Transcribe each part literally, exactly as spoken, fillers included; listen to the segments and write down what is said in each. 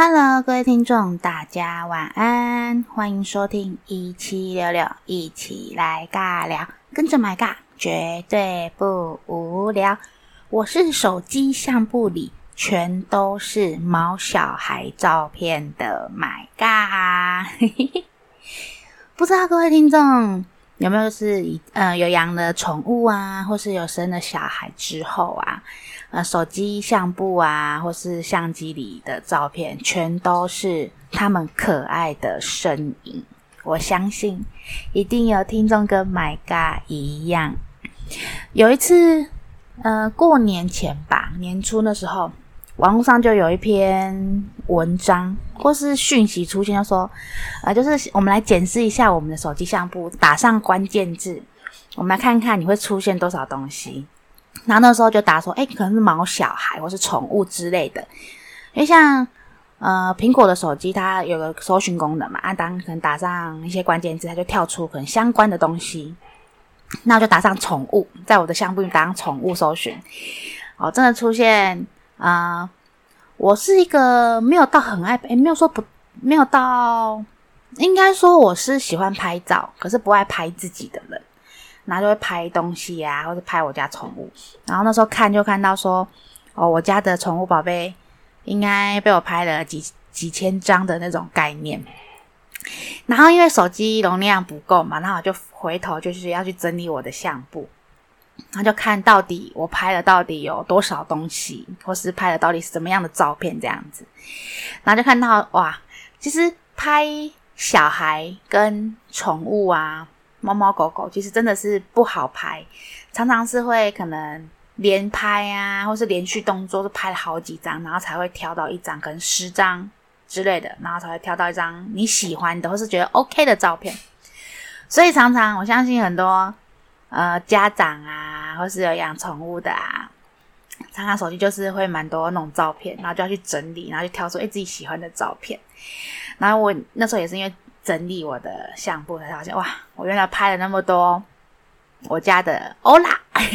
Hello， 各位听众，大家晚安，欢迎收听一七六六，一起来尬聊，跟着买尬，绝对不无聊。我是手机相簿里全都是毛小孩照片的买尬。不知道各位听众有没有是呃有养了宠物啊，或是有生了小孩之后啊，呃手机相簿啊，或是相机里的照片，全都是他们可爱的身影。我相信一定有听众跟买尬一样。有一次呃过年前吧，年初的时候，网络上就有一篇文章或是讯息出现，就说呃，就是我们来检视一下我们的手机相簿，打上关键字，我们来看看你会出现多少东西。然后那时候就打说诶可能是毛小孩或是宠物之类的，因为像呃苹果的手机它有个搜寻功能嘛，啊当可能打上一些关键字，它就跳出可能相关的东西，那我就打上宠物，在我的相簿里打上宠物搜寻，哦真的出现啊、呃，我是一个没有到很爱诶没有说不没有到应该说我是喜欢拍照，可是不爱拍自己的人，然后就会拍东西啊，或者拍我家宠物。然后那时候看就看到说哦，我家的宠物宝贝应该被我拍了几几千张的那种概念。然后因为手机容量不够嘛，然后我就回头就是要去整理我的相簿，然后就看到底我拍了到底有多少东西，或是拍了到底什么样的照片这样子。然后就看到哇，其实拍小孩跟宠物啊，猫猫狗狗其实真的是不好拍，常常是会可能连拍啊，或是连续动作，就拍了好几张，然后才会挑到一张可能十张之类的，然后才会挑到一张你喜欢的或是觉得 OK 的照片。所以常常我相信很多呃家长啊，或是有养宠物的啊，常常手机就是会蛮多那种照片，然后就要去整理，然后去挑出诶自己喜欢的照片。然后我那时候也是因为整理我的相簿，才发现哇，我原来拍了那么多我家的欧拉。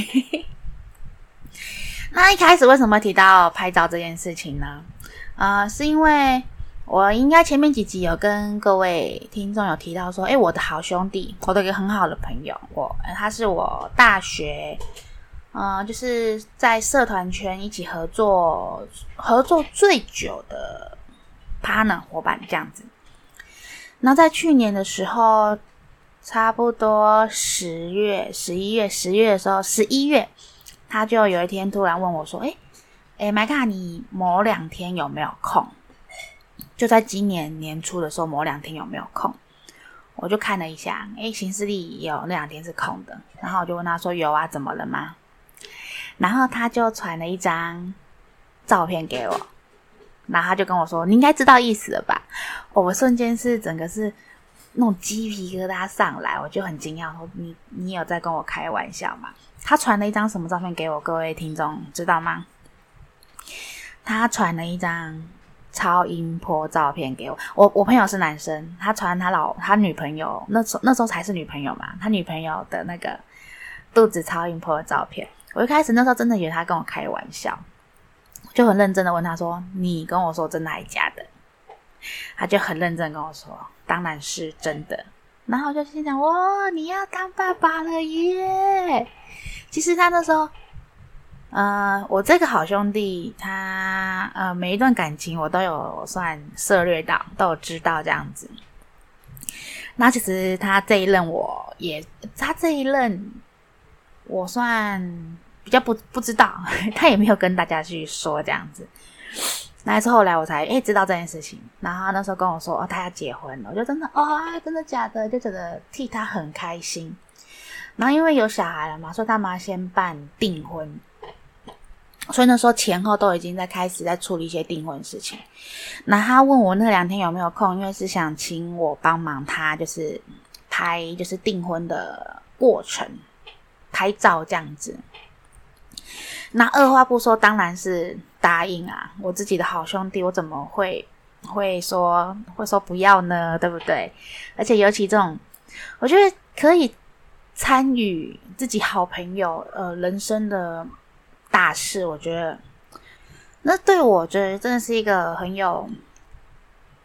那一开始为什么提到拍照这件事情呢？呃，是因为我应该前面几集有跟各位听众有提到说，诶我的好兄弟，我的一个很好的朋友，我他是我大学呃，就是在社团圈一起合作合作最久的 partner 伙伴这样子。然后在去年的时候，差不多十月、十一月、十月的时候，十一月，他就有一天突然问我说：“诶诶，麦卡，你某两天有没有空？”就在今年年初的时候，某两天有没有空？我就看了一下，诶，行事历有那两天是空的，然后我就问他说：“有啊，怎么了吗？”然后他就传了一张照片给我。然后他就跟我说：“你应该知道意思了吧？”哦、我瞬间是整个是那种鸡皮疙瘩上来，我就很惊讶说：“你你有在跟我开玩笑吗？”他传了一张什么照片给我？各位听众知道吗？他传了一张超音波照片给我。我我朋友是男生，他传他老他女朋友那时候那时候才是女朋友嘛，他女朋友的那个肚子超音波的照片。我一开始那时候真的以为他跟我开玩笑。就很认真的问他说：“你跟我说真的还假的？”他就很认真跟我说：“当然是真的。”然后我就心想：“哇，你要当爸爸了耶！”其实他那时候，呃，我这个好兄弟，他呃每一段感情我都有算涉略到，都有知道这样子。那其实他这一任我也，他这一任我算。比较不不知道，他也没有跟大家去说这样子。那是后来我才诶知道这件事情，然后他那时候跟我说哦他要结婚了，我就真的哦真的假的，就觉得替他很开心。然后因为有小孩了嘛，所以他们要先办订婚，所以那时候前后都已经在开始在处理一些订婚事情。那他问我那两天有没有空，因为是想请我帮忙他就是拍就是订婚的过程拍照这样子。那二话不说当然是答应啊，我自己的好兄弟我怎么会会说会说不要呢，对不对？而且尤其这种我觉得可以参与自己好朋友呃人生的大事，我觉得那对我觉得真的是一个很有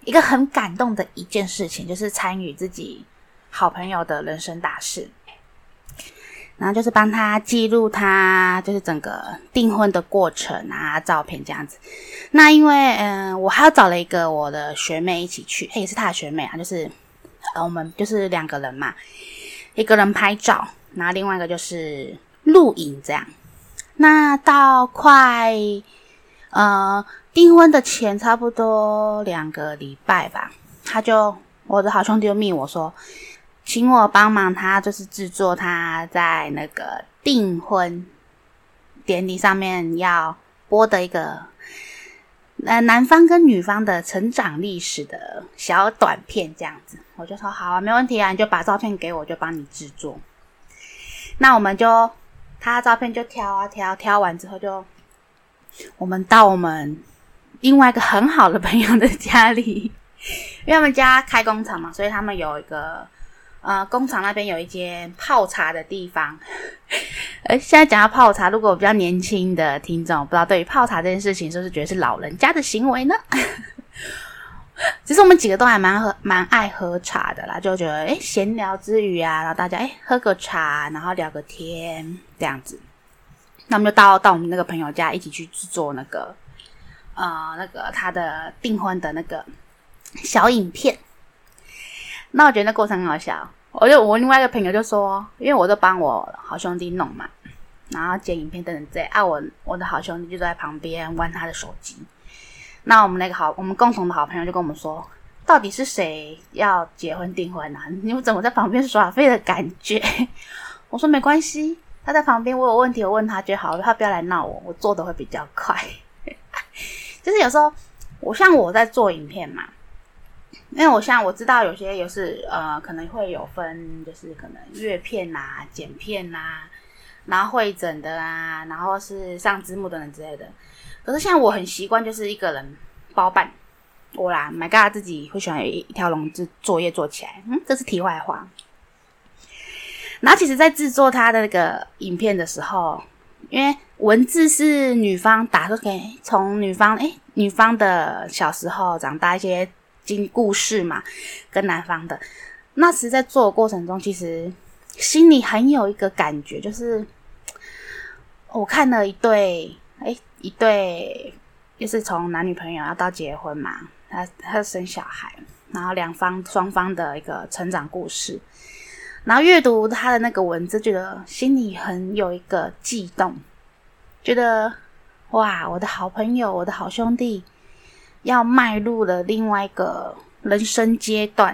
一个很感动的一件事情，就是参与自己好朋友的人生大事，然后就是帮他记录他就是整个订婚的过程啊，照片这样子。那因为嗯、呃，我还要找了一个我的学妹一起去，也是她的学妹啊，就是呃我们就是两个人嘛，一个人拍照，然后另外一个就是录影这样。那到快呃订婚的前差不多两个礼拜吧，他就我的好兄弟就密我说，请我帮忙他就是制作他在那个订婚典礼上面要播的一个呃男方跟女方的成长历史的小短片这样子。我就说好啊，没问题啊，你就把照片给我，我就帮你制作。那我们就他的照片就挑啊挑，挑完之后就我们到我们另外一个很好的朋友的家里，因为他们家开工厂嘛，所以他们有一个呃工厂那边有一间泡茶的地方。呃现在讲到泡茶，如果比较年轻的听众不知道对于泡茶这件事情是不是觉得是老人家的行为呢？其实我们几个都还蛮喝蛮爱喝茶的啦，就觉得诶闲聊之余啊，然后大家诶喝个茶，然后聊个天这样子。那我们就到到我们那个朋友家一起去制作那个呃那个他的订婚的那个小影片。那我觉得那过程很好笑，我就我另外一个朋友就说，因为我都帮我好兄弟弄嘛，然后剪影片等等这啊，我我的好兄弟就在旁边玩他的手机。那我们那个好，我们共同的好朋友就跟我们说，到底是谁要结婚订婚啊？你们怎么在旁边耍废的感觉？我说没关系，他在旁边，我有问题我问他就好了，他不要来闹我，我做的会比较快。就是有时候我像我在做影片嘛，因为我像我知道有些也是呃可能会有分，就是可能阅片啊、剪片啊，然后会诊的啊，然后是上字幕等等之类的。可是像我很习惯就是一个人包办，我啦 my god 自己会喜欢有一条龙作业做起来。嗯，这是题外话。然后其实在制作他的那个影片的时候，因为文字是女方打出给从女方诶女方的小时候长大一些经故事嘛，跟男方的，那时在做的过程中，其实心里很有一个感觉，就是我看了一对诶一对就是从男女朋友要到结婚嘛，他他生小孩，然后两方双方的一个成长故事，然后阅读他的那个文字，觉得心里很有一个悸动，觉得哇，我的好朋友，我的好兄弟要迈入了另外一个人生阶段，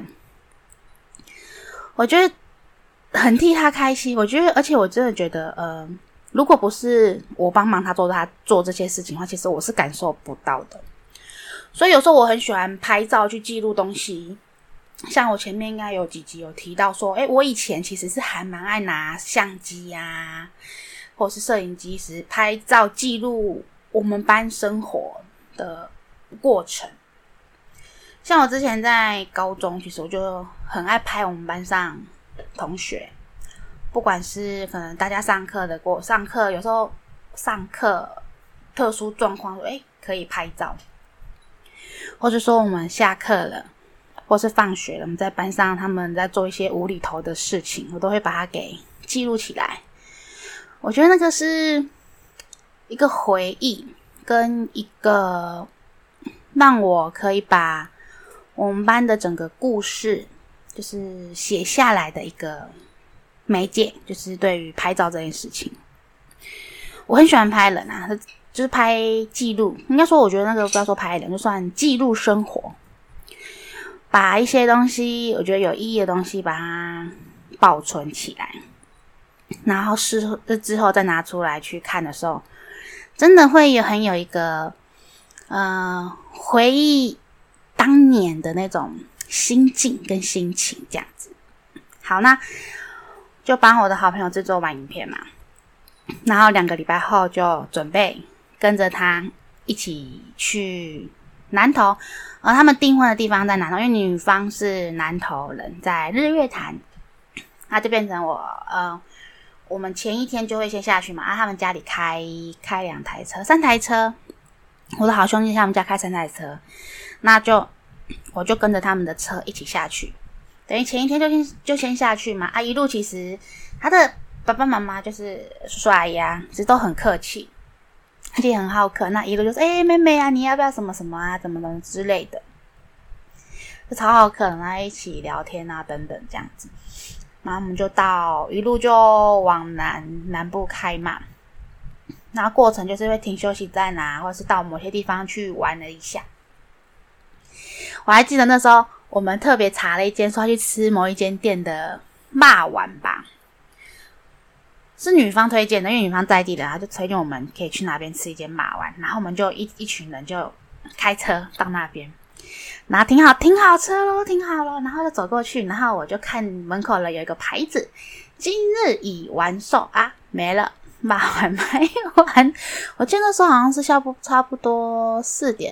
我觉得很替他开心。我觉得，而且我真的觉得，呃，如果不是我帮忙他做他做这些事情的话，其实我是感受不到的。所以有时候我很喜欢拍照去记录东西。像我前面应该有几集有提到说，诶，我以前其实是还蛮爱拿相机啊，或是摄影机时拍照记录我们班生活的过程。像我之前在高中，其实我就很爱拍我们班上同学，不管是可能大家上课的过上课，有时候上课特殊状况，诶可以拍照，或者说我们下课了。或是放学了，我们在班上他们在做一些无厘头的事情，我都会把它给记录起来。我觉得那个是一个回忆，跟一个让我可以把我们班的整个故事就是写下来的一个媒介，就是对于拍照这件事情。我很喜欢拍人啊，就是拍记录，应该说我觉得那个不要说拍人，就算记录生活，把一些东西我觉得有意义的东西把它保存起来，然后事后之后再拿出来去看的时候，真的会有很有一个呃回忆当年的那种心境跟心情这样子。好，那就帮我的好朋友制作完影片嘛，然后两个礼拜后就准备跟着他一起去南投，呃，他们订婚的地方在南投，因为女方是南投人，在日月潭，那就变成我，呃，我们前一天就会先下去嘛，啊，他们家里开开两台车，三台车，我的好兄弟他们家开三台车，那就我就跟着他们的车一起下去。等于前一天就先就先下去嘛，啊，一路其实他的爸爸妈妈就是叔叔阿姨啊，其实都很客气，而且很好客。那一路就说：“哎、欸，妹妹啊，你要不要什么什么啊，怎么怎么之类的。”就超好客，然后一起聊天啊，等等这样子。然后我们就到一路就往南南部开嘛，然后过程就是会停休息站啊，或者是到某些地方去玩了一下。我还记得那时候我们特别查了一间，说要去吃某一间店的肉丸吧，是女方推荐的，因为女方在地的，她就推荐我们可以去那边吃一间肉丸，然后我们就一一群人就开车到那边。然后停好停好车咯，停好了，然后就走过去，然后我就看门口了有一个牌子，今日已完售啊，没了，肉丸卖完。我记得那时候好像是下不差不多四点，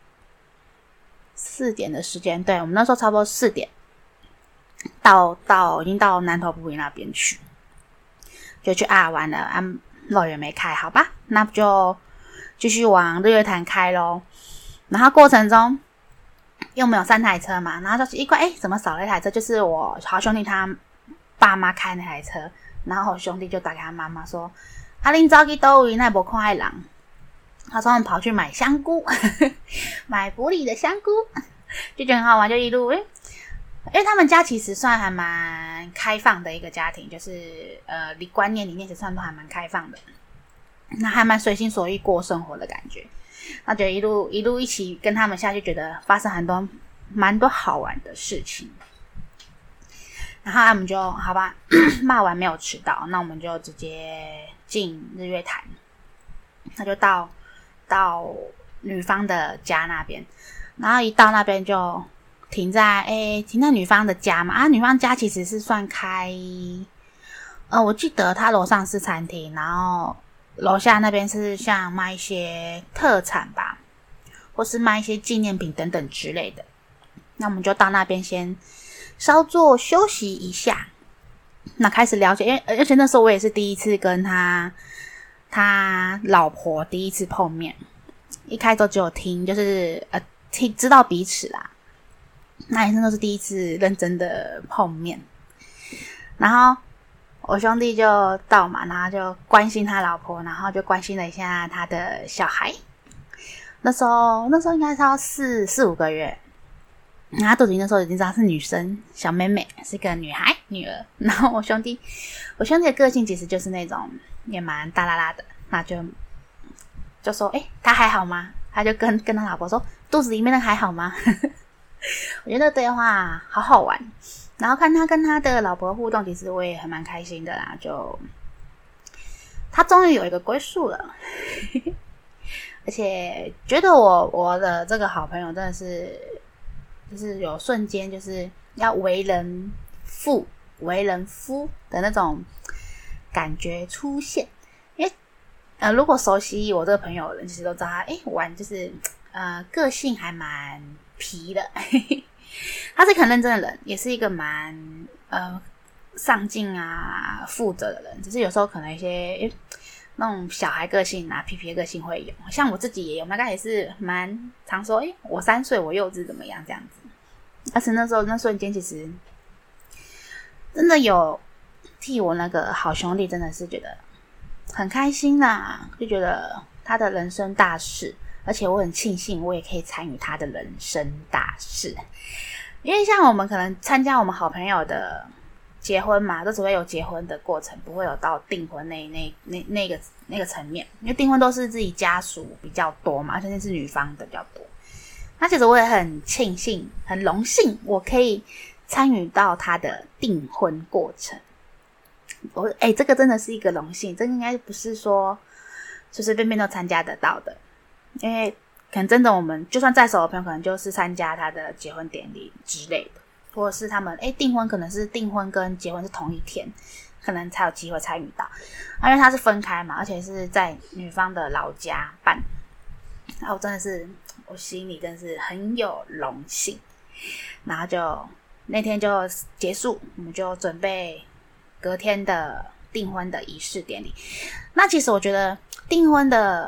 四点的时间，对，我们那时候差不多四点到到已经到南投埔里那边去，就去啊玩了啊，肉圆没开，好吧，那就继续往日月潭开咯。然后过程中因为我们有三台车嘛，然后就是一块，哎，怎么少了一台车？就是我好兄弟他爸妈开那台车，然后我兄弟就打给他妈妈说：“啊，恁走去倒位，那无看到人。”他说他们跑去买香菇，买埔里的香菇，就觉得很好玩，就一路诶，因为他们家其实算还蛮开放的一个家庭，就是呃，理观念里面其实算都还蛮开放的，那还蛮随心所欲过生活的感觉。那觉得一路一路一起跟他们下去，觉得发生很多蛮多好玩的事情。然后他们就好吧，骂完没有迟到，那我们就直接进日月潭，那就到到女方的家那边，然后一到那边就停在诶停在女方的家嘛，啊，女方家其实是算开，呃，我记得他楼上是餐厅，然后楼下那边是像卖一些特产吧，或是卖一些纪念品等等之类的。那我们就到那边先稍作休息一下，那开始了解，因为而且那时候我也是第一次跟他他老婆第一次碰面，一开始都只有听，就是呃听知道彼此啦，那也是都是第一次认真的碰面。然后我兄弟就到嘛，然后就关心他老婆，然后就关心了一下他的小孩。那时候那时候应该是要四四五个月，然后他肚子里那时候已经知道是女生，小妹妹，是个女孩女儿。然后我兄弟我兄弟的个性其实就是那种也蛮大啦啦的，那就就说诶他还好吗？他就跟跟他老婆说肚子里面的还好吗？我觉得对话好好玩，然后看他跟他的老婆互动，其实我也还蛮开心的啦。就他终于有一个归宿了，而且觉得我我的这个好朋友真的是，就是有瞬间就是要为人父、为人夫的那种感觉出现。因为呃，如果熟悉我这个朋友的人，其实都知道他，诶，玩就是呃个性还蛮皮的。他是一个很认真的人，也是一个蛮呃上进啊、负责的人，只是有时候可能一些诶那种小孩个性啊、皮皮的个性会有，像我自己也有，大概也是蛮常说，诶我三岁，我幼稚怎么样这样子。而且那时候那瞬间，其实真的有替我那个好兄弟，真的是觉得很开心啦，就觉得他的人生大事。而且我很庆幸我也可以参与他的人生大事，因为像我们可能参加我们好朋友的结婚嘛，都只会有结婚的过程，不会有到订婚那那那那个那个层面，因为订婚都是自己家属比较多嘛，甚至是女方的比较多。那其实我也很庆幸很荣幸我可以参与到他的订婚过程。我诶这个真的是一个荣幸，这应该不是说随随便便都参加得到的，因为可能真的我们就算再熟的朋友，可能就是参加他的结婚典礼之类的，或者是他们诶订婚可能是订婚跟结婚是同一天，可能才有机会参与到，因为他是分开嘛，而且是在女方的老家办，然后真的是我心里真的是很有荣幸。然后就那天就结束，我们就准备隔天的订婚的仪式典礼。那其实我觉得订婚的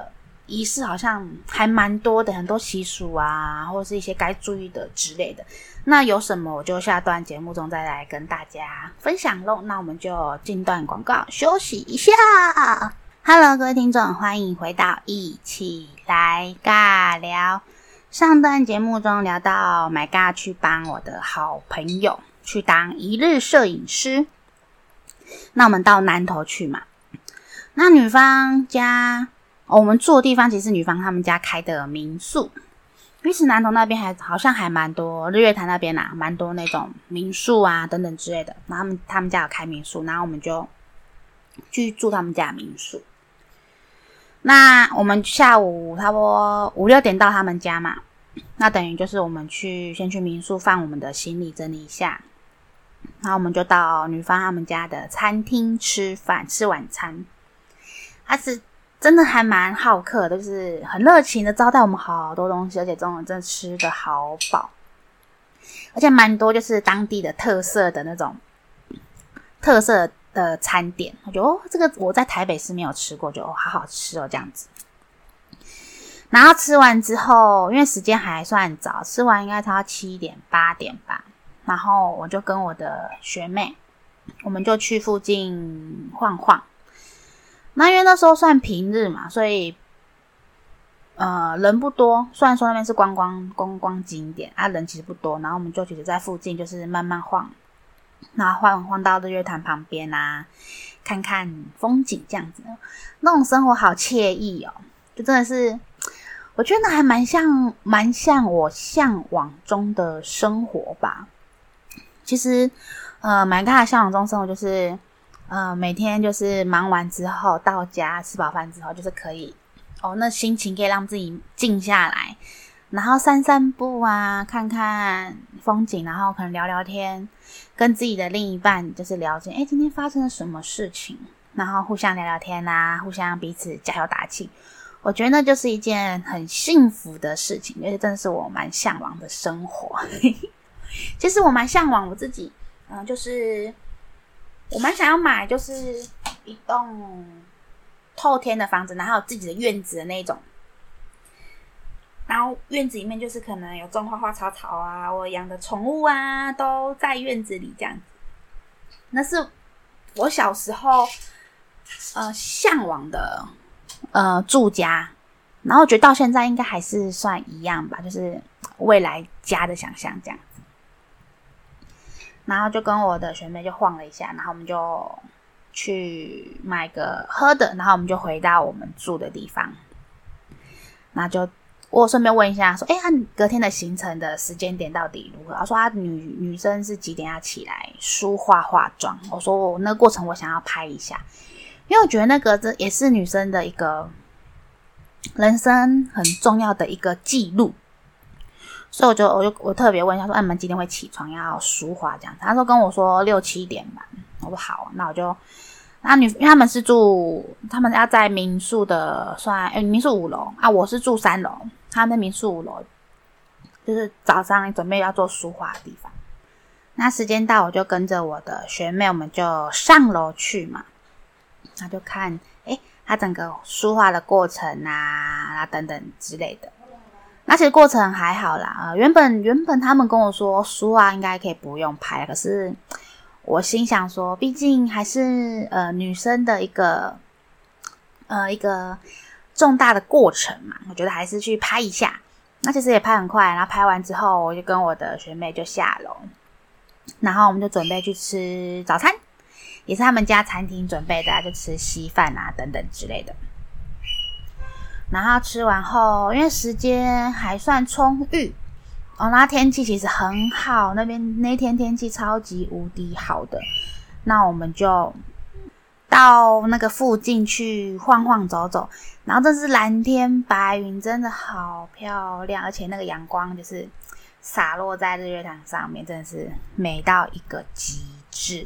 仪式好像还蛮多的，很多习俗啊，或者是一些该注意的之类的。那有什么我就下段节目中再来跟大家分享咯。那我们就进段广告休息一下。Hello， 各位听众，欢迎回到一起来尬聊。上段节目中聊到 My God 去帮我的好朋友去当一日摄影师，那我们到南投去嘛。那女方家、哦、我们住的地方其实是女方他们家开的民宿，其实南投那边还好像还蛮多，日月潭那边啊蛮多那种民宿啊等等之类的，然后他们他们家有开民宿，然后我们就去住他们家的民宿。那我们下午差不多五六点到他们家嘛，那等于就是我们去先去民宿放我们的行李整理一下，然后我们就到女方他们家的餐厅吃饭吃晚餐。他是真的还蛮好客的，就是很热情的招待我们好多东西，而且中午真的吃得好饱，而且蛮多就是当地的特色的那种特色的餐点，我觉得哦，这个我在台北是没有吃过，就哦好好吃哦这样子。然后吃完之后，因为时间还算早，吃完应该差不多七点八点吧，然后我就跟我的学妹，我们就去附近晃晃。那因为那时候算平日嘛，所以呃人不多，虽然说那边是观光观光景点啊，人其实不多，然后我们就其实在附近就是慢慢晃。然后晃晃到日月潭旁边啊，看看风景这样子，那种生活好惬意哦，就真的是，我觉得还蛮像蛮像我向往中的生活吧。其实，呃，蛮大的向往中生活就是，呃，每天就是忙完之后到家吃饱饭之后，就是可以哦，那心情可以让自己静下来。然后散散步啊，看看风景，然后可能聊聊天，跟自己的另一半就是了解，诶今天发生了什么事情，然后互相聊聊天啊，互相彼此加油打气。我觉得那就是一件很幸福的事情，而且真的是我蛮向往的生活。其实我蛮向往我自己，嗯、呃，就是我蛮想要买，就是一栋透天的房子，然后有自己的院子的那种。然后院子里面就是可能有种花花草草啊，我养的宠物啊都在院子里这样子。那是我小时候呃向往的呃住家，然后我觉得到现在应该还是算一样吧，就是未来家的想象这样子。然后就跟我的学妹就晃了一下，然后我们就去买个喝的，然后我们就回到我们住的地方，然后就。我顺便问一下，说，哎，他隔天的行程的时间点到底如何？他说他女女生是几点要起来梳化化妆？我说我那个过程我想要拍一下，因为我觉得那个这也是女生的一个人生很重要的一个记录，所以我就我就我特别问一下说，哎，你们几点会起床要梳化这样子？他说跟我说六七点吧。我说好，那我就。那女，因为他们是住，他们要在民宿的算，诶民宿五楼啊，我是住三楼，他们民宿五楼，就是早上准备要做梳化的地方。那时间到，我就跟着我的学妹，我们就上楼去嘛，那就看，诶他整个梳化的过程啊，等等之类的。那其实过程还好啦，呃，原本原本他们跟我说梳化应该可以不用拍，可是。我心想说，毕竟还是呃女生的一个呃一个重大的过程嘛，我觉得还是去拍一下。那其实也拍很快，然后拍完之后，我就跟我的学妹就下楼，然后我们就准备去吃早餐，也是他们家餐厅准备的、啊，就吃稀饭啊等等之类的。然后吃完后，因为时间还算充裕。哦，那天气其实很好，那边那天天气超级无敌好的，那我们就到那个附近去晃晃走走，然后这是蓝天白云，真的好漂亮，而且那个阳光就是洒落在日月潭上面，真的是美到一个极致。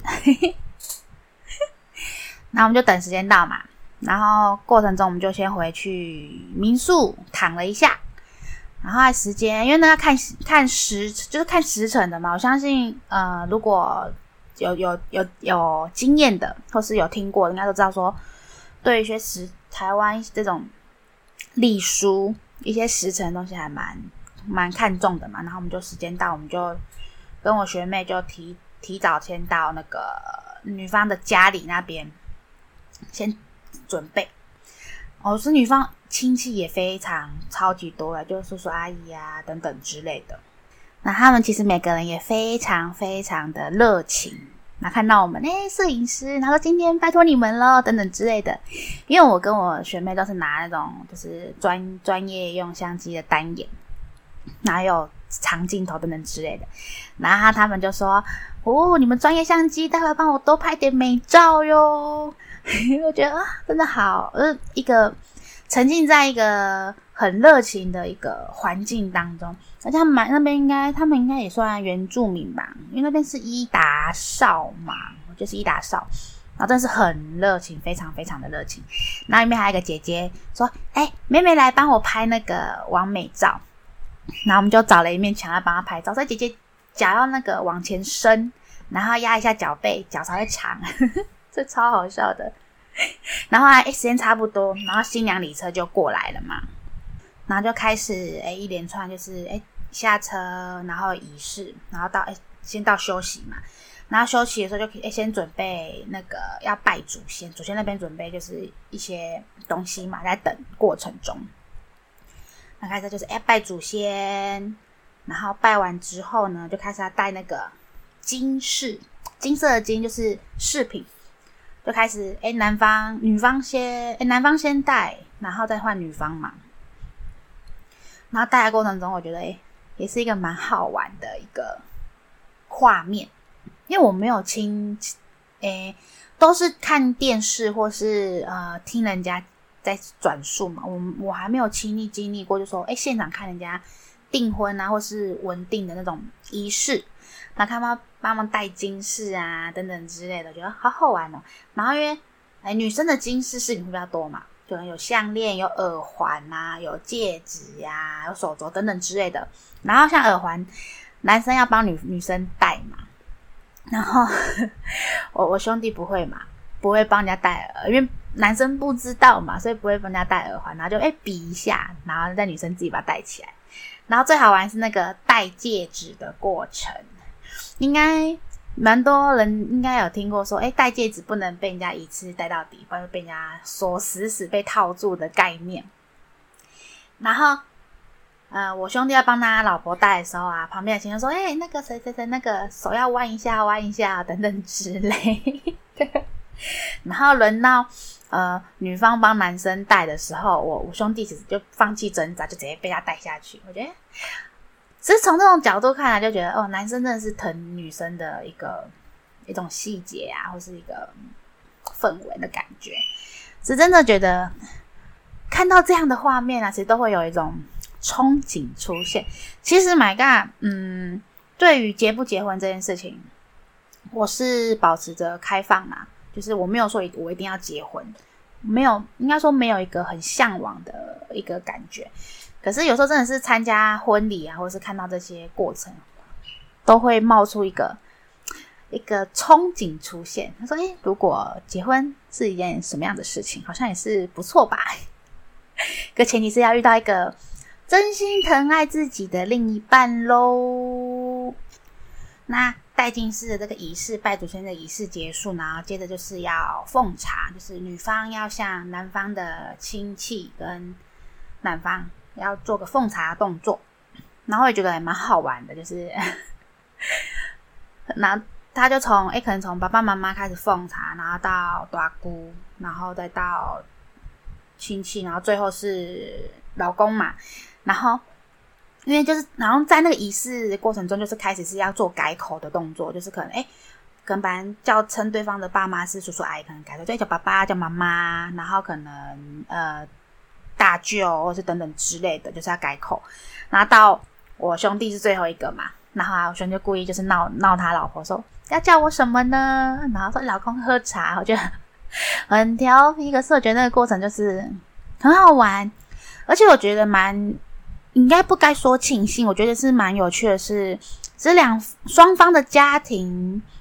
那我们就等时间到嘛，然后过程中我们就先回去民宿躺了一下。然后时间，因为那要看看时，就是看时辰的嘛。我相信，呃，如果有有有有经验的，或是有听过，应该都知道说，对于一些时台湾这种历书一些时辰的东西还蛮蛮看重的嘛，然后我们就时间到，我们就跟我学妹就提提早先到那个女方的家里那边先准备。哦，是女方亲戚也非常超级多的，就是叔叔阿姨啊等等之类的。那他们其实每个人也非常非常的热情。那看到我们诶摄影师，他说今天拜托你们了等等之类的。因为我跟我学妹都是拿那种就是专专业用相机的单眼，然后有长镜头等等之类的。然后他们就说哦，你们专业相机待会帮我多拍点美照哟。我觉得啊，真的好，呃，一个沉浸在一个很热情的一个环境当中。而且他们那边应该，他们应该也算原住民吧，因为那边是伊达邵嘛，就是伊达邵，然后真的是很热情，非常非常的热情。然后里面还有一个姐姐说：“哎、欸，妹妹来帮我拍那个完美照。”然后我们就找了一面墙来帮她拍照，所以姐姐脚要那个往前伸，然后压一下脚背，脚才会长，这超好笑的。然后啊，哎，时间差不多，然后新娘礼车就过来了嘛，然后就开始哎一连串就是哎下车，然后仪式，然后到哎先到休息嘛，然后休息的时候就可以哎先准备那个要拜祖先，祖先那边准备就是一些东西嘛，在等过程中，那开始就是哎拜祖先，然后拜完之后呢，就开始要戴那个金饰，金色的金就是饰品。就开始诶男方女方先诶男方先戴，然后再换女方嘛。然后戴的过程中我觉得诶也是一个蛮好玩的一个画面，因为我没有亲诶都是看电视或是呃听人家在转述嘛，我我还没有亲历经历过，就说诶现场看人家订婚啊或是文定的那种仪式，那看他帮忙戴金饰啊等等之类的，觉得好好玩哦。然后因为哎女生的金饰饰品会比较多嘛，可能有项链、有耳环啊、有戒指呀、啊、有手镯等等之类的。然后像耳环，男生要帮女女生戴嘛，然后我我兄弟不会嘛，不会帮人家戴耳，因为男生不知道嘛，所以不会帮人家戴耳环，然后就哎比一下，然后在女生自己把它戴起来。然后最好玩是那个戴戒指的过程。应该蛮多人应该有听过说，诶戴戒指不能被人家一次戴到底，不然会被人家锁死死被套住的概念。然后呃，我兄弟要帮他老婆戴的时候啊，旁边的亲戚说，诶那个谁谁谁那个手要弯一下弯一下等等之类的。然后轮到呃女方帮男生戴的时候，我我兄弟其实就放弃挣扎，就直接被他戴下去。我觉得只是从这种角度看来，就觉得哦，男生真的是疼女生的一个一种细节啊，或是一个氛围的感觉。是真的觉得看到这样的画面啊，其实都会有一种憧憬出现。其实 my god， 嗯，对于结不结婚这件事情，我是保持着开放嘛，就是我没有说我一定要结婚，没有，应该说没有一个很向往的一个感觉。可是有时候真的是参加婚礼啊，或是看到这些过程，都会冒出一个一个憧憬出现。他说：“诶，如果结婚是一件什么样的事情，好像也是不错吧？可前提是要遇到一个真心疼爱自己的另一半咯。”那戴金饰的这个仪式，拜祖先的仪式结束，然后接着就是要奉茶，就是女方要向男方的亲戚跟男方要做个奉茶的动作，然后也觉得也蛮好玩的，就是然后他就从诶可能从爸爸妈妈开始奉茶，然后到大姑，然后再到亲戚，然后最后是老公嘛，然后因为就是然后在那个仪式的过程中，就是开始是要做改口的动作，就是可能诶可能本来叫称对方的爸妈是叔叔阿姨，可能改成就叫爸爸叫妈妈，然后可能呃大舅或是等等之类的，就是要改口。然后到我兄弟是最后一个嘛，然后啊我兄弟就故意就是闹闹他老婆说要叫我什么呢，然后说老公喝茶，我觉得很调皮，可是我觉得那个过程就是很好玩，而且我觉得蛮应该不该说庆幸，我觉得是蛮有趣的是，这两双方的家庭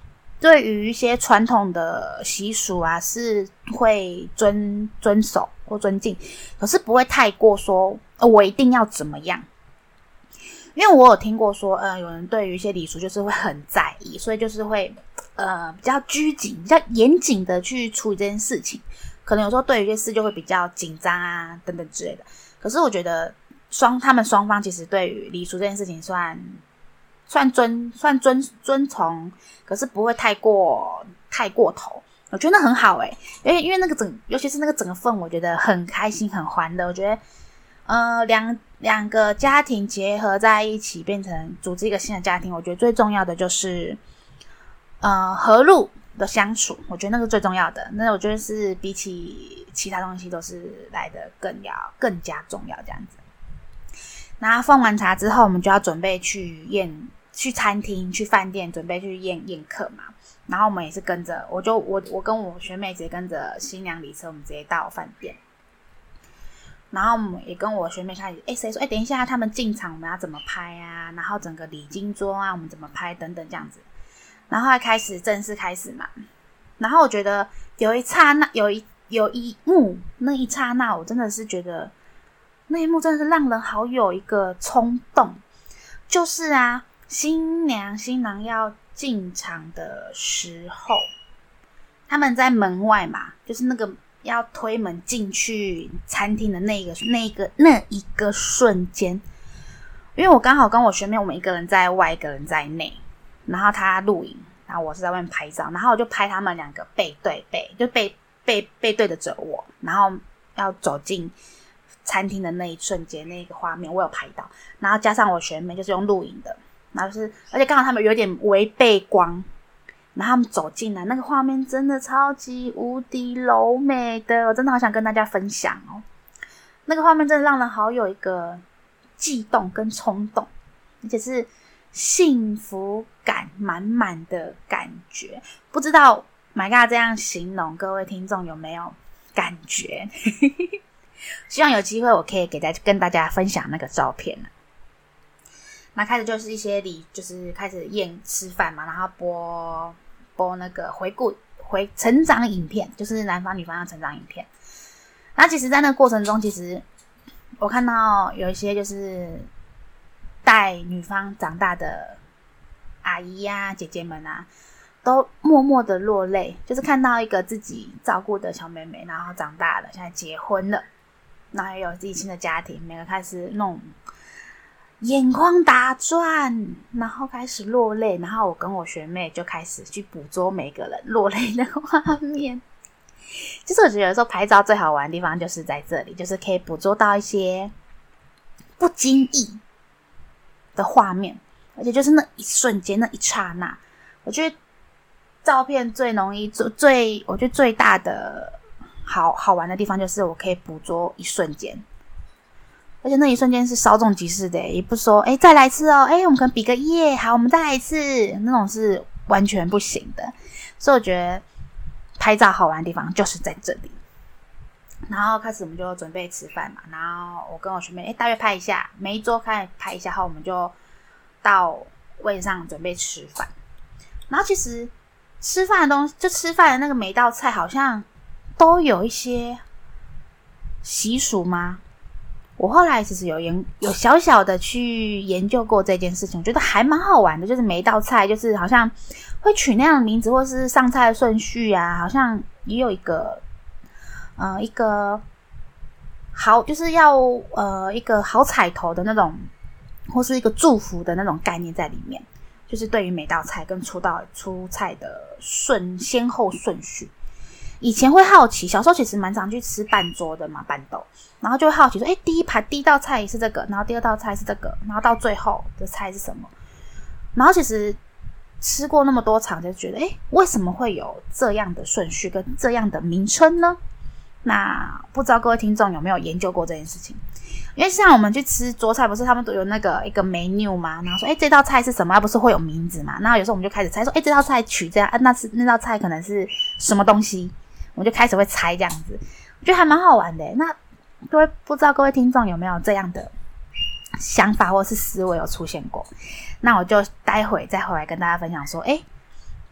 对于一些传统的习俗啊，是会遵遵守或尊敬，可是不会太过说，呃，我一定要怎么样。因为我有听过说，呃，有人对于一些礼俗就是会很在意，所以就是会呃比较拘谨、比较严谨的去处理这件事情。可能有时候对于一些事就会比较紧张啊，等等之类的。可是我觉得双他们双方其实对于礼俗这件事情算。算尊算尊尊崇，可是不会太过太过头，我觉得那很好诶、欸，因为因为那个整，尤其是那个整个氛围，我觉得很开心很欢乐。我觉得，呃，两两个家庭结合在一起，变成组织一个新的家庭，我觉得最重要的就是，呃，和睦的相处，我觉得那个最重要的。那我觉得是比起其他东西都是来的更要更加重要这样子。那奉完茶之后，我们就要准备去宴，去餐厅、去饭店，准备去宴宴客嘛。然后我们也是跟着，我就我我跟我学妹直接跟着新娘礼车，我们直接到饭店。然后我们也跟我学妹开始，哎，谁说，哎，等一下他们进场我们要怎么拍啊？然后整个礼金桌啊，我们怎么拍等等这样子。然后还开始正式开始嘛。然后我觉得有一刹那，有一有一幕，那一刹那，我真的是觉得。那一幕真的是让人好有一个冲动，就是啊，新娘新郎要进场的时候，他们在门外嘛，就是那个要推门进去餐厅的那个、那个、那一个瞬间，因为我刚好跟我学妹，我们一个人在外，一个人在内，然后她录影，然后我是在外面拍照，然后我就拍他们两个背对背，就背背背对着着我，然后要走进。餐厅的那一瞬间，那个画面我有拍到，然后加上我学妹就是用录影的，然后就是而且刚好他们有点微背光，然后他们走进来，那个画面真的超级无敌柔美的，我真的好想跟大家分享哦。那个画面真的让人好有一个悸动跟冲动，而且是幸福感满满的感觉。不知道 My God 这样形容，各位听众有没有感觉？希望有机会我可以给大家跟大家分享那个照片。那开始就是一些礼，就是开始宴吃饭嘛，然后播播那个回顾回成长影片，就是男方女方的成长影片。那其实在那个过程中，其实我看到有一些就是带女方长大的阿姨呀、啊、姐姐们啊，都默默的落泪，就是看到一个自己照顾的小妹妹，然后长大了，现在结婚了。然后也有自己新的家庭，每个开始那种眼眶打转，然后开始落泪，然后我跟我学妹就开始去捕捉每个人落泪的画面。其实我觉得有时候拍照最好玩的地方就是在这里，就是可以捕捉到一些不经意的画面，而且就是那一瞬间那一刹那，我觉得照片最容易最最我觉得最大的好好玩的地方就是我可以捕捉一瞬间，而且那一瞬间是稍纵即逝的，也不是说哎再来一次哦，哎我们可能比个耶，好我们再来一次，那种是完全不行的。所以我觉得拍照好玩的地方就是在这里。然后开始我们就准备吃饭嘛，然后我跟我学妹哎大约拍一下，每一桌开始拍一下后，我们就到位上准备吃饭。然后其实吃饭的东西，就吃饭的那个每一道菜好像都有一些习俗吗？我后来其实有研有小小的去研究过这件事情，我觉得还蛮好玩的。就是每一道菜，就是好像会取那样的名字，或是上菜的顺序啊，好像也有一个，呃，一个好，就是要呃一个好彩头的那种，或是一个祝福的那种概念在里面。就是对于每道菜跟出道出菜的顺先后顺序。以前会好奇，小时候其实蛮常去吃半桌的嘛，半豆，然后就会好奇说，哎，第一盘第一道菜是这个，然后第二道菜是这个，然后到最后的菜是什么？然后其实吃过那么多场，就觉得，哎，为什么会有这样的顺序跟这样的名称呢？那不知道各位听众有没有研究过这件事情？因为像我们去吃桌菜，不是他们都有那个一个 menu 吗？然后说，哎，这道菜是什么？不是会有名字嘛？然后有时候我们就开始猜说，哎，这道菜取这样，啊、那是那道菜可能是什么东西？我们就开始会猜这样子，我觉得还蛮好玩的。那各位不知道各位听众有没有这样的想法或是思维有出现过？那我就待会再回来跟大家分享说，哎，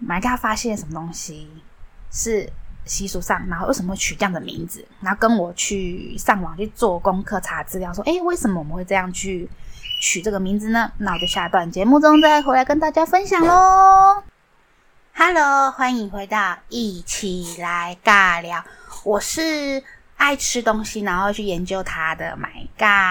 马家发现什么东西是习俗上，然后为什么会取这样的名字，然后跟我去上网去做功课查资料说诶为什么我们会这样去取这个名字呢？那我就下段节目中再回来跟大家分享咯。 Hello， 欢迎回到一起来尬聊，我是爱吃东西然后去研究它的 My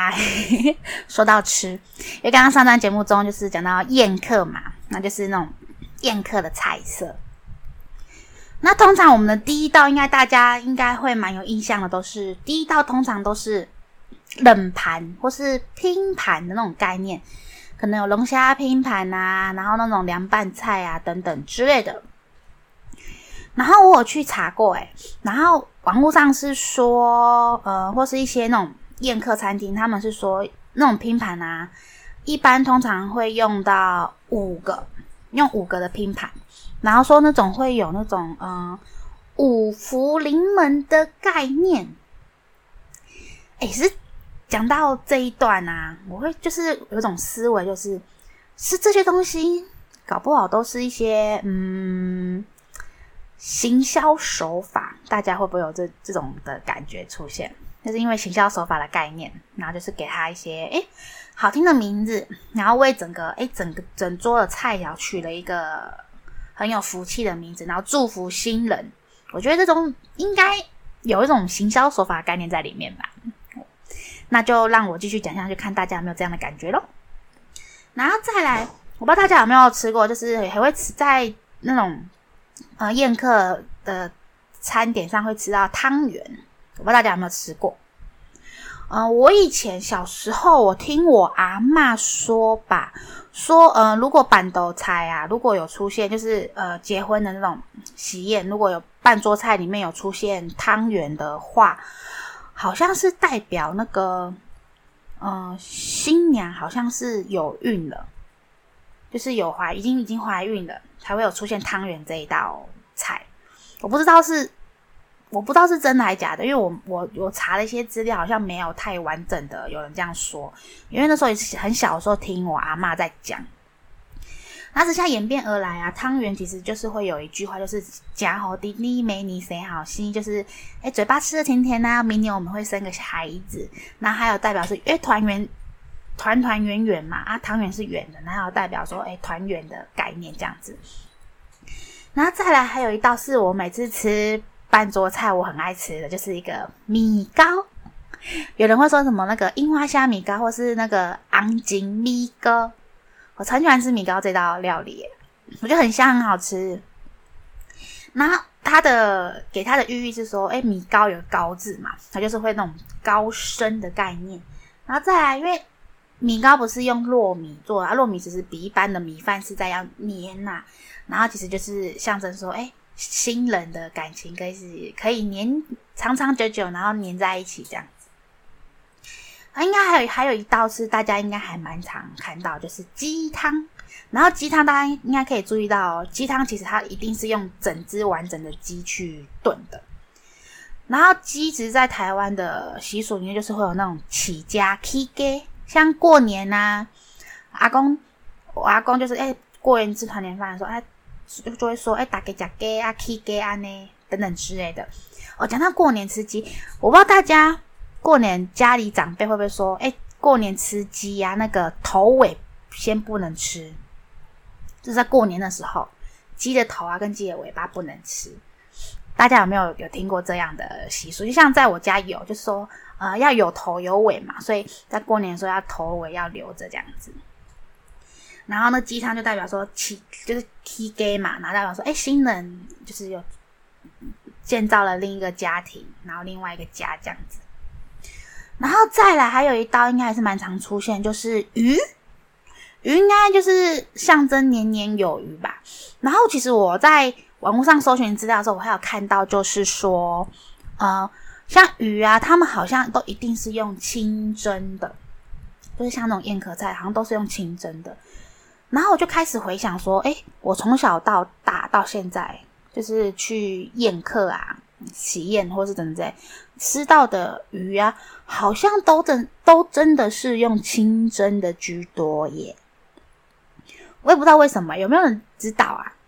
God 说到吃，因为刚刚上段节目中就是讲到宴客嘛，那就是那种宴客的菜色。那通常我们的第一道应该大家应该会蛮有印象的，都是第一道通常都是冷盘或是拼盘的那种概念，可能有龙虾拼盘啊，然后那种凉拌菜啊等等之类的。然后我有去查过诶，然后网络上是说呃或是一些那种宴客餐厅，他们是说那种拼盘啊一般通常会用到五个，用五个的拼盘，然后说那种会有那种嗯、呃、五福临门的概念。诶是讲到这一段啊，我会就是有一种思维，就是是这些东西搞不好都是一些嗯行销手法，大家会不会有这这种的感觉出现？就是因为行销手法的概念，然后就是给他一些诶好听的名字，然后为整个诶整个整桌的菜肴取了一个很有福气的名字，然后祝福新人。我觉得这种应该有一种行销手法的概念在里面吧。那就让我继续讲下去，看大家有没有这样的感觉咯。然后再来，我不知道大家有没有吃过，就是还会吃在那种呃宴客的餐点上会吃到汤圆，我不知道大家有没有吃过。呃，我以前小时候我听我阿嬷说吧，说呃如果办桌菜啊，如果有出现就是呃结婚的那种喜宴，如果有办桌菜里面有出现汤圆的话，好像是代表那个呃新娘好像是有孕了，就是有怀已经已经怀孕了才会有出现汤圆这一道菜。我不知道是我不知道是真的还假的，因为我我我查了一些资料，好像没有太完整的有人这样说，因为那时候也是很小的时候听我阿嬷在讲。那之下演变而来啊，汤圆其实就是会有一句话，就是家好弟弟没你谁好心，就是诶嘴巴吃的甜甜啊，明年我们会生个孩子。那还有代表是因为团圆团团圆圆嘛，啊汤圆是圆的，那还有代表说诶团圆的概念这样子。然后再来还有一道是我每次吃半桌菜我很爱吃的，就是一个米糕。有人会说什么那个樱花虾米糕，或是那个昂金米糕，我超喜欢吃米糕这道料理耶，我觉得很香很好吃。然后它的给它的寓意是说诶米糕有高字嘛，它就是会那种高升的概念。然后再来因为米糕不是用糯米做的，啊糯米只是比一般的米饭是在要黏啊，然后其实就是象征说诶新人的感情可以是可以黏长长久久，然后黏在一起这样子。啊，应该还有还有一道是大家应该还蛮常看到，就是鸡汤。然后鸡汤大家应该可以注意到哦，鸡汤其实它一定是用整只完整的鸡去炖的。然后鸡其实在台湾的习俗里面就是会有那种起家起家，像过年啊，阿公我阿公就是诶过年吃团年饭的时候，哎就会说诶大家吃鸡啊起家啊呢等等之类的。我、哦、讲到过年吃鸡，我不知道大家过年家里长辈会不会说诶过年吃鸡啊，那个头尾先不能吃，就是在过年的时候鸡的头啊跟鸡的尾巴不能吃。大家有没有有听过这样的习俗？就像在我家有，就是说呃要有头有尾嘛，所以在过年的时候要头尾要留着这样子。然后呢鸡汤就代表说起就是起家嘛，然后代表说诶新人就是有建造了另一个家庭，然后另外一个家这样子。然后再来还有一道应该还是蛮常出现，就是鱼。鱼应该就是象征年年有余吧。然后其实我在网络上搜寻资料的时候，我还有看到就是说呃，像鱼啊他们好像都一定是用清蒸的，就是像那种宴客菜好像都是用清蒸的。然后我就开始回想说诶我从小到大到现在就是去宴客啊喜宴或是等等吃到的鱼啊，好像都真都真的是用清蒸的居多耶。我也不知道为什么，有没有人知道啊？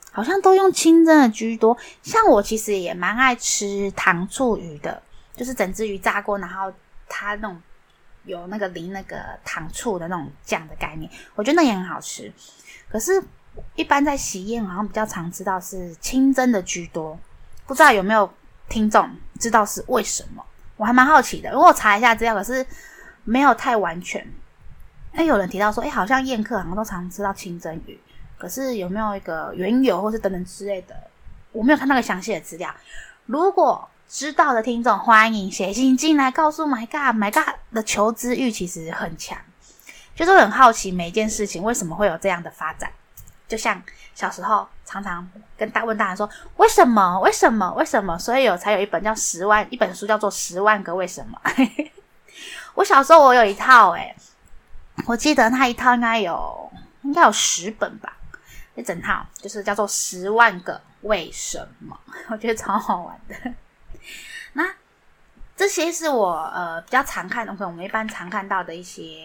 好像都用清蒸的居多。像我其实也蛮爱吃糖醋鱼的，就是整只鱼炸过，然后它那种有那个淋那个糖醋的那种酱的概念，我觉得那也很好吃。可是一般在喜宴好像比较常知道是清蒸的居多，不知道有没有听众知道是为什么？我还蛮好奇的，因为我查一下资料，可是没有太完全。哎，有人提到说，哎，好像宴客好像都常吃到清蒸鱼，可是有没有一个缘由或是等等之类的，我没有看那个详细的资料。如果知道的听众，欢迎写信进来告诉 My God My God 的求知欲其实很强，就是会很好奇每一件事情为什么会有这样的发展。就像小时候常常跟大问大人说为什么为什么为什么，所以有才有一本叫十万一本书叫做十万个为什么。我小时候我有一套诶、欸、我记得它一套应该有应该有十本吧，一整套就是叫做十万个为什么，我觉得超好玩的。那这些是我呃比较常看的，可能我们一般常看到的一些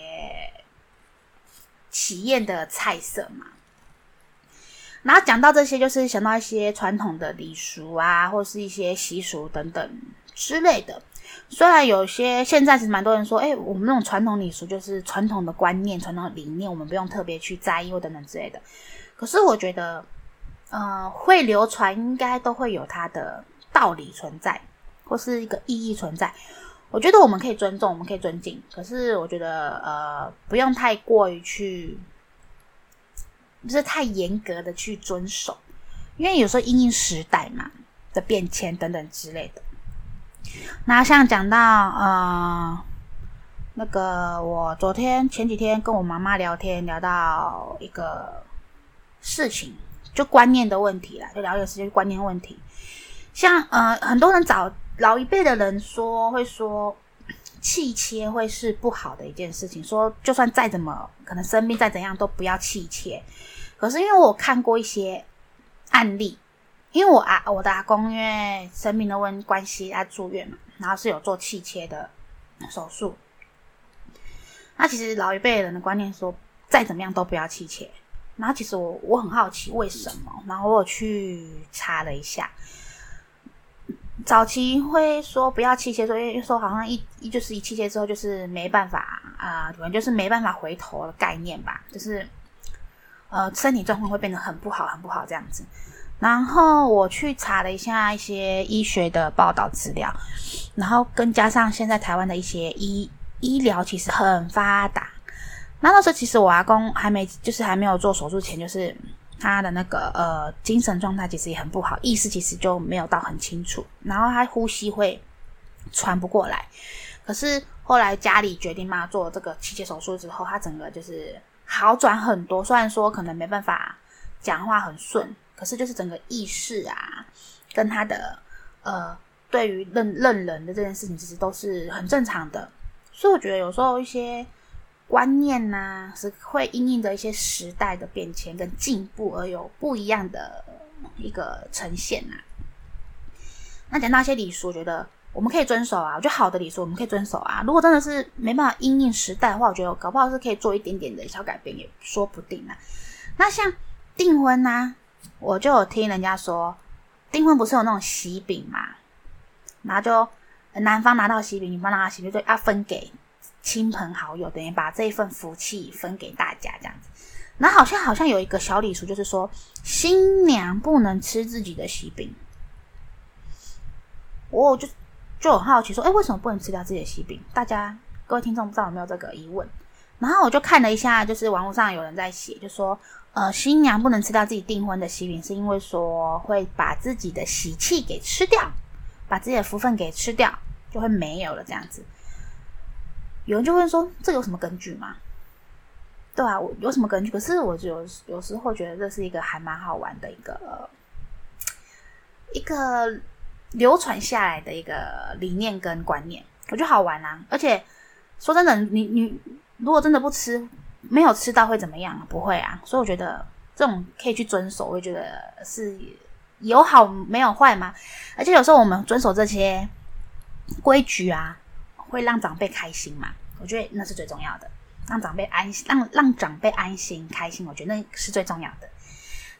喜宴的菜色嘛。然后讲到这些，就是想到一些传统的礼俗啊，或是一些习俗等等之类的。虽然有些现在其实蛮多人说，哎，我们那种传统礼俗就是传统的观念、传统的理念，我们不用特别去在意或等等之类的。可是我觉得，呃，会流传应该都会有它的道理存在，或是一个意义存在。我觉得我们可以尊重，我们可以尊敬，可是我觉得，呃，不用太过于去。不是太严格的去遵守，因为有时候因应时代嘛的变迁等等之类的。那像讲到呃那个我昨天前几天跟我妈妈聊天，聊到一个事情，就观念的问题啦，就聊一个事情观念问题。像呃很多人找老一辈的人说会说气切会是不好的一件事情，说就算再怎么可能生病再怎样都不要气切。可是因为我看过一些案例，因为我啊我的阿公因为生病的问关系他住院嘛，然后是有做气切的手术。那其实老一辈人的观念说再怎么样都不要气切，然后其实我我很好奇为什么，然后我有去查了一下。早期会说不要气切，所以说好像一一就是一气切之后就是没办法啊，可能就是没办法回头的概念吧，就是呃身体状况会变得很不好很不好这样子。然后我去查了一下一些医学的报道资料，然后跟加上现在台湾的一些医医疗其实很发达。那那时候其实我阿公还没就是还没有做手术前，就是他的那个呃精神状态其实也很不好，意识其实就没有到很清楚，然后他呼吸会喘不过来。可是后来家里决定帮他做这个气切手术之后，他整个就是好转很多，虽然说可能没办法讲话很顺，可是就是整个意识啊跟他的呃对于认认人的这件事情其实都是很正常的。所以我觉得有时候一些观念啊是会因应着一些时代的变迁跟进步而有不一样的一个呈现啊。那讲到一些礼俗，我觉得我们可以遵守啊，我觉得好的礼俗我们可以遵守啊。如果真的是没办法因应时代的话，我觉得搞不好是可以做一点点的小改变，也说不定啊。那像订婚啊，我就有听人家说订婚不是有那种喜饼嘛，然后就男方拿到喜饼，女方拿到喜饼，就要分给亲朋好友，等于把这一份福气分给大家这样子。然后好像好像有一个小礼俗，就是说新娘不能吃自己的喜饼。我就就很好奇说，哎，为什么不能吃掉自己的喜饼？大家各位听众不知道有没有这个疑问？然后我就看了一下，就是网络上有人在写，就说呃新娘不能吃掉自己订婚的喜饼，是因为说会把自己的喜气给吃掉，把自己的福分给吃掉，就会没有了这样子。有人就问说这有什么根据吗？对啊，我有什么根据？可是我有有时候觉得这是一个还蛮好玩的一个一个流传下来的一个理念跟观念，我觉得好玩啊。而且说真的，你你如果真的不吃，没有吃到会怎么样？不会啊。所以我觉得这种可以去遵守，我觉得是有好没有坏嘛。而且有时候我们遵守这些规矩啊，会让长辈开心嘛，我觉得那是最重要的，让长辈安让让长辈安心开心，我觉得那是最重要的。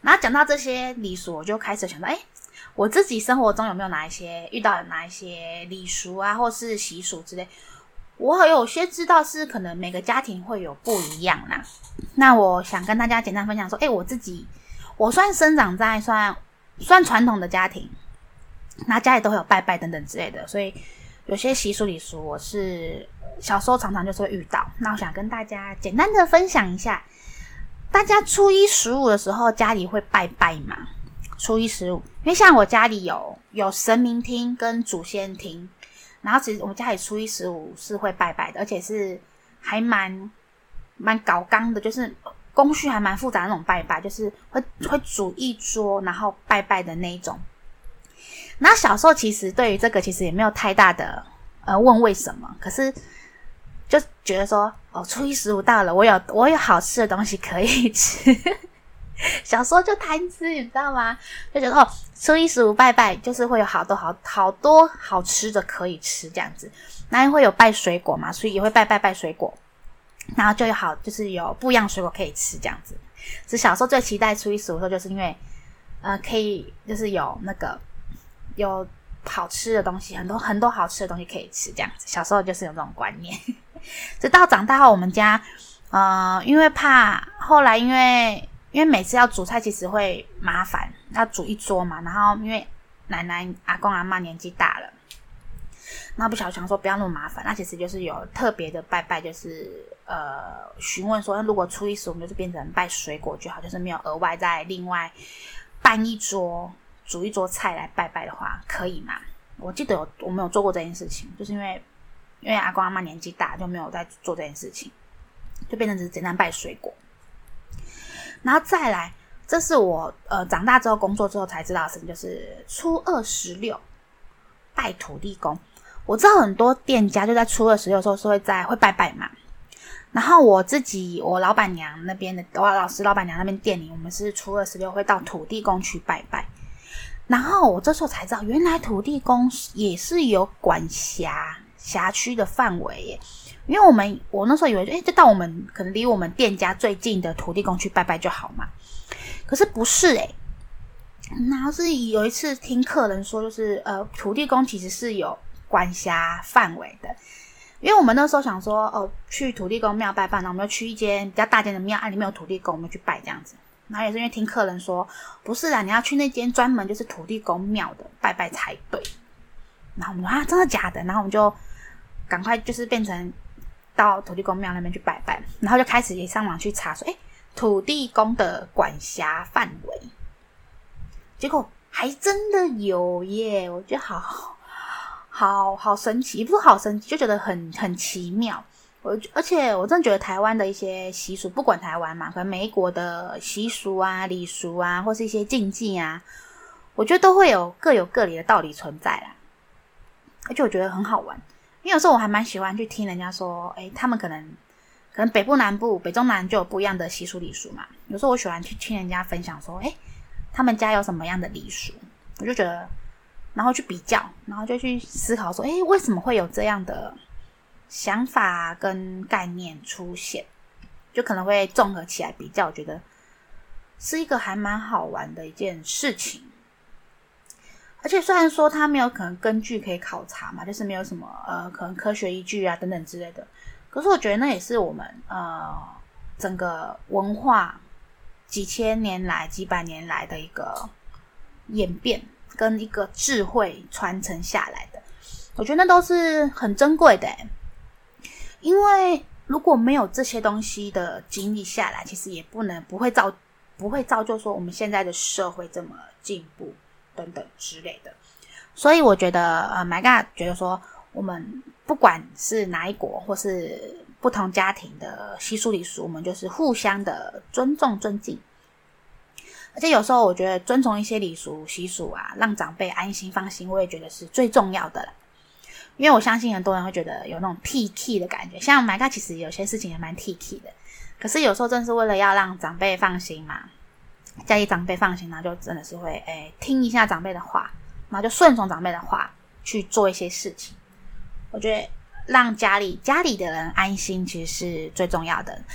然后讲到这些礼俗，我就开始想到，哎，我自己生活中有没有哪一些遇到哪一些礼俗啊，或是习俗之类，我有些知道是可能每个家庭会有不一样啦。那我想跟大家简单分享说，哎，我自己我算生长在算算传统的家庭，那家里都会有拜拜等等之类的，所以有些习俗礼俗我是小时候常常就是会遇到。那我想跟大家简单的分享一下，大家初一十五的时候家里会拜拜吗？初一十五，因为像我家里有有神明厅跟祖先厅，然后其实我们家里初一十五是会拜拜的，而且是还蛮蛮搞纲的，就是工序还蛮复杂的那种拜拜，就是会会煮一桌然后拜拜的那一种。然后小时候其实对于这个其实也没有太大的呃问为什么，可是就觉得说哦，初一十五到了，我有我有好吃的东西可以吃。小时候就贪吃，你知道吗？就觉得哦，初一十五拜拜就是会有好多好好多好吃的可以吃这样子。然后会有拜水果嘛，所以也会拜拜拜水果，然后就有好就是有不一样水果可以吃这样子。是小时候最期待初一十五的时候，就是因为呃可以就是有那个有好吃的东西，很多很多好吃的东西可以吃这样子。小时候就是有这种观念。直到长大后，我们家呃因为怕后来因为因为每次要煮菜其实会麻烦，要煮一桌嘛，然后因为奶奶阿公阿嬷年纪大了，然后不晓得想说不要那么麻烦，那其实就是有特别的拜拜，就是呃询问说如果初一十我们就是变成拜水果就好，就是没有额外再另外办一桌煮一桌菜来拜拜的话可以吗？我记得有我没有做过这件事情，就是因为因为阿公阿嬷年纪大就没有在做这件事情，就变成只是简单拜水果。然后再来，这是我呃长大之后工作之后才知道的事情，就是初二十六拜土地公。我知道很多店家就在初二十六的时候是会在会拜拜嘛。然后我自己我老板娘那边的我老师老板娘那边店里，我们是初二十六会到土地公去拜拜。然后我这时候才知道，原来土地公也是有管辖辖区的范围耶。因为我们我那时候以为诶就到我们可能离我们店家最近的土地公去拜拜就好嘛，可是不是诶。然后是有一次听客人说，就是呃土地公其实是有管辖范围的。因为我们那时候想说哦去土地公庙拜拜，然后我们就去一间比较大间的庙，啊里面有土地公我们去拜这样子。然后也是因为听客人说不是啦，你要去那间专门就是土地公庙的拜拜才对。然后我们说啊真的假的？然后我们就赶快就是变成到土地公庙那边去拜拜，然后就开始也上网去查说，诶，土地公的管辖范围，结果还真的有耶！我觉得好好好神奇，也不是好神奇，就觉得很很奇妙。我而且我真的觉得台湾的一些习俗，不管台湾嘛，可能美国的习俗啊、礼俗啊，或是一些禁忌啊，我觉得都会有各有各里的道理存在啦。而且我觉得很好玩。因为有时候我还蛮喜欢去听人家说，诶，他们可能可能北部南部北中南就有不一样的习俗礼俗嘛。有时候我喜欢去听人家分享说，诶，他们家有什么样的礼俗，我就觉得然后去比较，然后就去思考说，诶，为什么会有这样的想法跟概念出现，就可能会综合起来比较，我觉得是一个还蛮好玩的一件事情。而且虽然说它没有可能根据可以考察嘛，就是没有什么呃可能科学依据啊等等之类的，可是我觉得那也是我们呃整个文化几千年来几百年来的一个演变跟一个智慧传承下来的，我觉得那都是很珍贵的耶。因为如果没有这些东西的经历下来，其实也不能不会造不会造就说我们现在的社会这么进步等等之类的。所以我觉得呃 My God 觉得说我们不管是哪一国或是不同家庭的习俗礼俗，我们就是互相的尊重尊敬。而且有时候我觉得遵从一些礼俗习俗啊，让长辈安心放心，我也觉得是最重要的了。因为我相信很多人会觉得有那种 T K 的感觉，像 My God 其实有些事情也蛮 T K 的，可是有时候真的是为了要让长辈放心嘛，家里长辈放心，然后就真的是会诶听一下长辈的话，然后就顺从长辈的话去做一些事情。我觉得让家里家里的人安心其实是最重要的。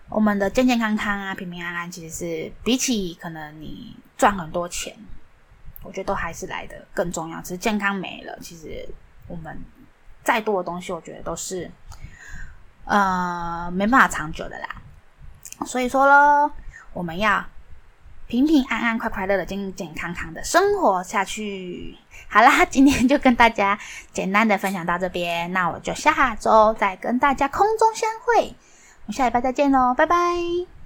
我们的健健康康啊，平平安安，其实是比起可能你赚很多钱，我觉得都还是来的更重要。只是健康没了，其实我们再多的东西，我觉得都是呃没办法长久的啦。所以说咯，我们要平平安安、快快乐乐、健健康康的生活下去。好啦，今天就跟大家简单的分享到这边，那我就下周再跟大家空中相会。我们下礼拜再见咯，拜拜。